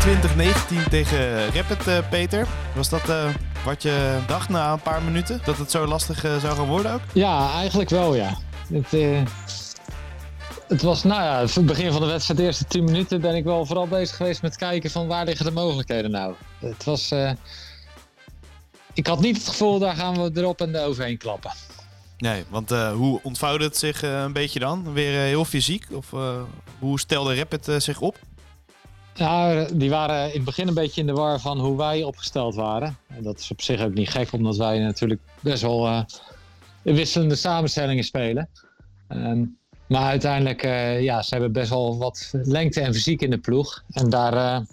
2019 tegen Rapid, Peter. Was dat wat je dacht na een paar minuten? Dat het zo lastig zou gaan worden ook? Ja, eigenlijk wel, ja. Het was, het begin van de wedstrijd, de eerste 10 minuten, ben ik wel vooral bezig geweest met kijken van waar liggen de mogelijkheden nou. Het was... ik had niet het gevoel, daar gaan we erop en eroverheen klappen. Nee, want hoe ontvouwde het zich een beetje dan? Weer heel fysiek? Of hoe stelde Rapid zich op? Ja, die waren in het begin een beetje in de war van hoe wij opgesteld waren. En dat is op zich ook niet gek, omdat wij natuurlijk best wel wisselende samenstellingen spelen. Maar uiteindelijk, ze hebben best wel wat lengte en fysiek in de ploeg. En daar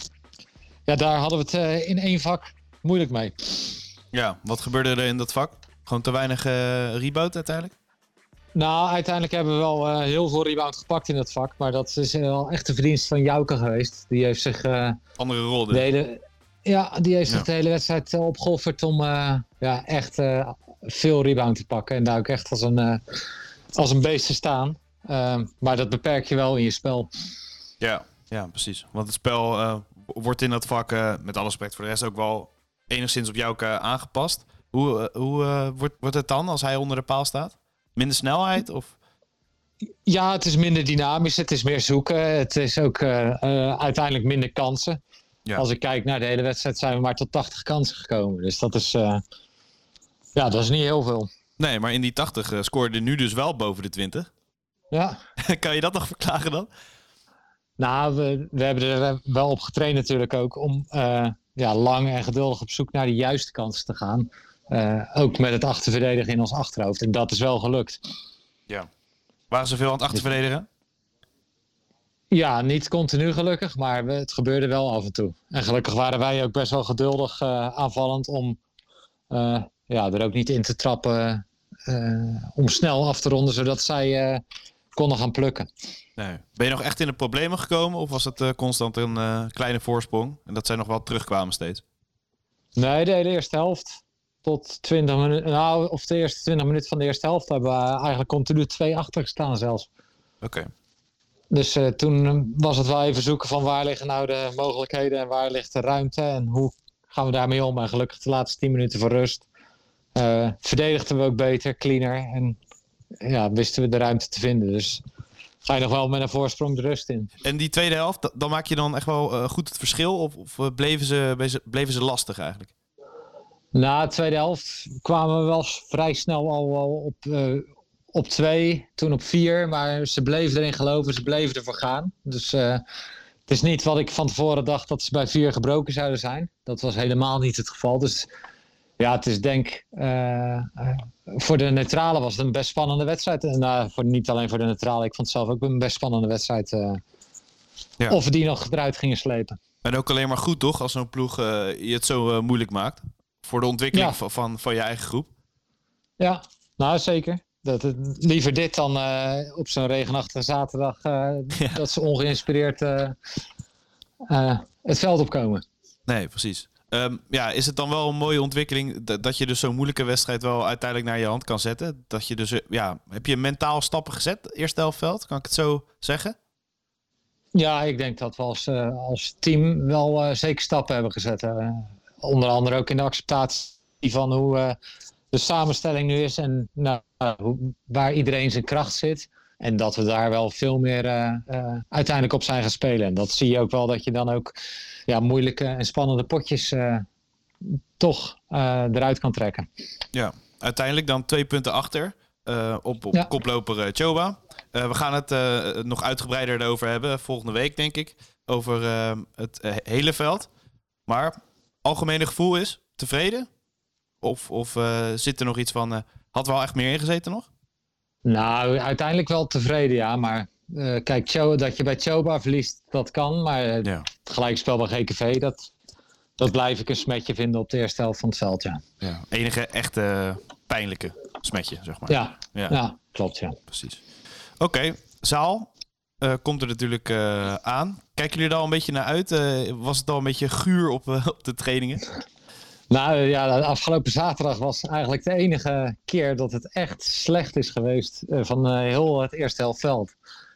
hadden we het in één vak moeilijk mee. Ja, wat gebeurde er in dat vak? Gewoon te weinig rebound uiteindelijk? Nou, uiteindelijk hebben we wel heel veel rebound gepakt in dat vak. Maar dat is wel echt de verdienst van Jouke geweest. Die heeft zich... andere rol dus. Die heeft zich de hele wedstrijd opgeofferd om echt veel rebound te pakken. En daar ook echt als een beest te staan. Maar dat beperk je wel in je spel. Ja, precies. Want het spel wordt in dat vak, met alle respect voor de rest, ook wel enigszins op Jouke aangepast. Hoe wordt het dan als hij onder de paal staat? Minder snelheid? Of? Ja, het is minder dynamisch. Het is meer zoeken. Het is ook uiteindelijk minder kansen. Ja. Als ik kijk naar de hele wedstrijd zijn we maar tot 80 kansen gekomen. Dus dat is, dat is niet heel veel. Nee, maar in die 80 scoorde nu dus wel boven de 20. Ja. Kan je dat nog verklaren dan? Nou, we hebben er wel op getraind natuurlijk ook om lang en geduldig op zoek naar de juiste kansen te gaan. Ook met het achterverdedigen in ons achterhoofd. En dat is wel gelukt. Ja. Waren ze veel aan het achterverdedigen? Ja, niet continu gelukkig, maar het gebeurde wel af en toe. En gelukkig waren wij ook best wel geduldig aanvallend om er ook niet in te trappen. Om snel af te ronden, zodat zij konden gaan plukken. Nee. Ben je nog echt in de problemen gekomen? Of was het constant een kleine voorsprong? En dat zij nog wel terugkwamen steeds? Nee, de hele eerste helft. Tot 20 minuten. Of de eerste 20 minuten van de eerste helft hebben we eigenlijk continu 2 achter gestaan zelfs. Oké. Dus toen was het wel even zoeken van waar liggen nou de mogelijkheden en waar ligt de ruimte en hoe gaan we daarmee om. En gelukkig de laatste 10 minuten voor rust verdedigden we ook beter, cleaner en wisten we de ruimte te vinden. Dus ga je nog wel met een voorsprong de rust in. En die tweede helft, dan maak je dan echt wel goed het verschil? Of bleven ze lastig eigenlijk? Na de tweede helft kwamen we wel vrij snel al op 2, toen op 4. Maar ze bleven erin geloven, ze bleven ervoor gaan. Dus het is niet wat ik van tevoren dacht dat ze bij 4 gebroken zouden zijn. Dat was helemaal niet het geval. Dus ja, het is voor de neutrale was het een best spannende wedstrijd. En niet alleen voor de neutrale, ik vond het zelf ook een best spannende wedstrijd. Of we die nog eruit gingen slepen. En ook alleen maar goed toch, als zo'n ploeg je het zo moeilijk maakt? Voor de ontwikkeling van je eigen groep? Ja, nou zeker. Liever dit dan op zo'n regenachtige zaterdag dat ze ongeïnspireerd het veld opkomen. Nee, precies. Is het dan wel een mooie ontwikkeling dat je dus zo'n moeilijke wedstrijd wel uiteindelijk naar je hand kan zetten? Dat je dus, heb je mentaal stappen gezet, eerste helftveld? Kan ik het zo zeggen? Ja, ik denk dat we als team wel zeker stappen hebben gezet. Onder andere ook in de acceptatie van hoe de samenstelling nu is en waar iedereen zijn kracht zit. En dat we daar wel veel meer uiteindelijk op zijn gaan spelen. En dat zie je ook wel dat je dan ook moeilijke en spannende potjes toch eruit kan trekken. Ja, uiteindelijk dan 2 punten achter op koploper Choba. We gaan het nog uitgebreider over hebben volgende week, denk ik. Over het hele veld. Maar algemene gevoel is tevreden? Of zit er nog iets van... had wel echt meer ingezeten nog? Nou, uiteindelijk wel tevreden, ja. Maar kijk, dat je bij Choba verliest, dat kan. Maar het gelijkspel bij GKV, dat blijf ik een smetje vinden op de eerste helft van het veld, ja. Enige echte pijnlijke smetje, zeg maar. Ja, klopt, ja. Precies. Oké, zaal komt er natuurlijk aan. Kijken jullie er al een beetje naar uit? Was het al een beetje guur op de trainingen? Nou ja, de afgelopen zaterdag was eigenlijk de enige keer dat het echt slecht is geweest van heel het eerste helft veld.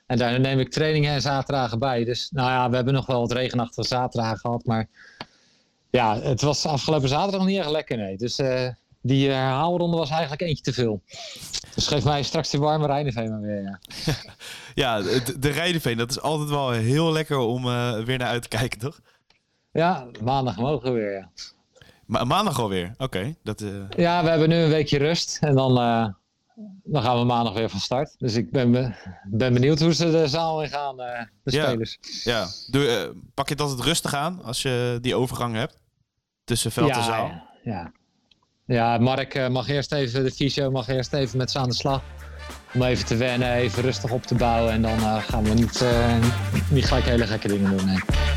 En daar neem ik trainingen en zaterdagen bij. Dus nou ja, we hebben nog wel wat regenachtige zaterdagen gehad. Maar ja, het was afgelopen zaterdag niet echt lekker, nee. Dus die herhaalronde was eigenlijk eentje te veel. Dus geef mij straks die warme Reineveen maar weer, ja. Ja, de Reineveen, dat is altijd wel heel lekker om weer naar uit te kijken, toch? Ja, maandag mogen we weer, ja. Maandag alweer? Oké. Ja, we hebben nu een weekje rust. En dan gaan we maandag weer van start. Dus ik ben benieuwd hoe ze de zaal in gaan, de spelers. Ja. Pak je het altijd rustig aan als je die overgang hebt? Tussen veld en zaal? Ja, Mark mag eerst even, de fysio mag eerst even met ze aan de slag. Om even te wennen, even rustig op te bouwen. En dan gaan we niet gelijk hele gekke dingen doen, nee.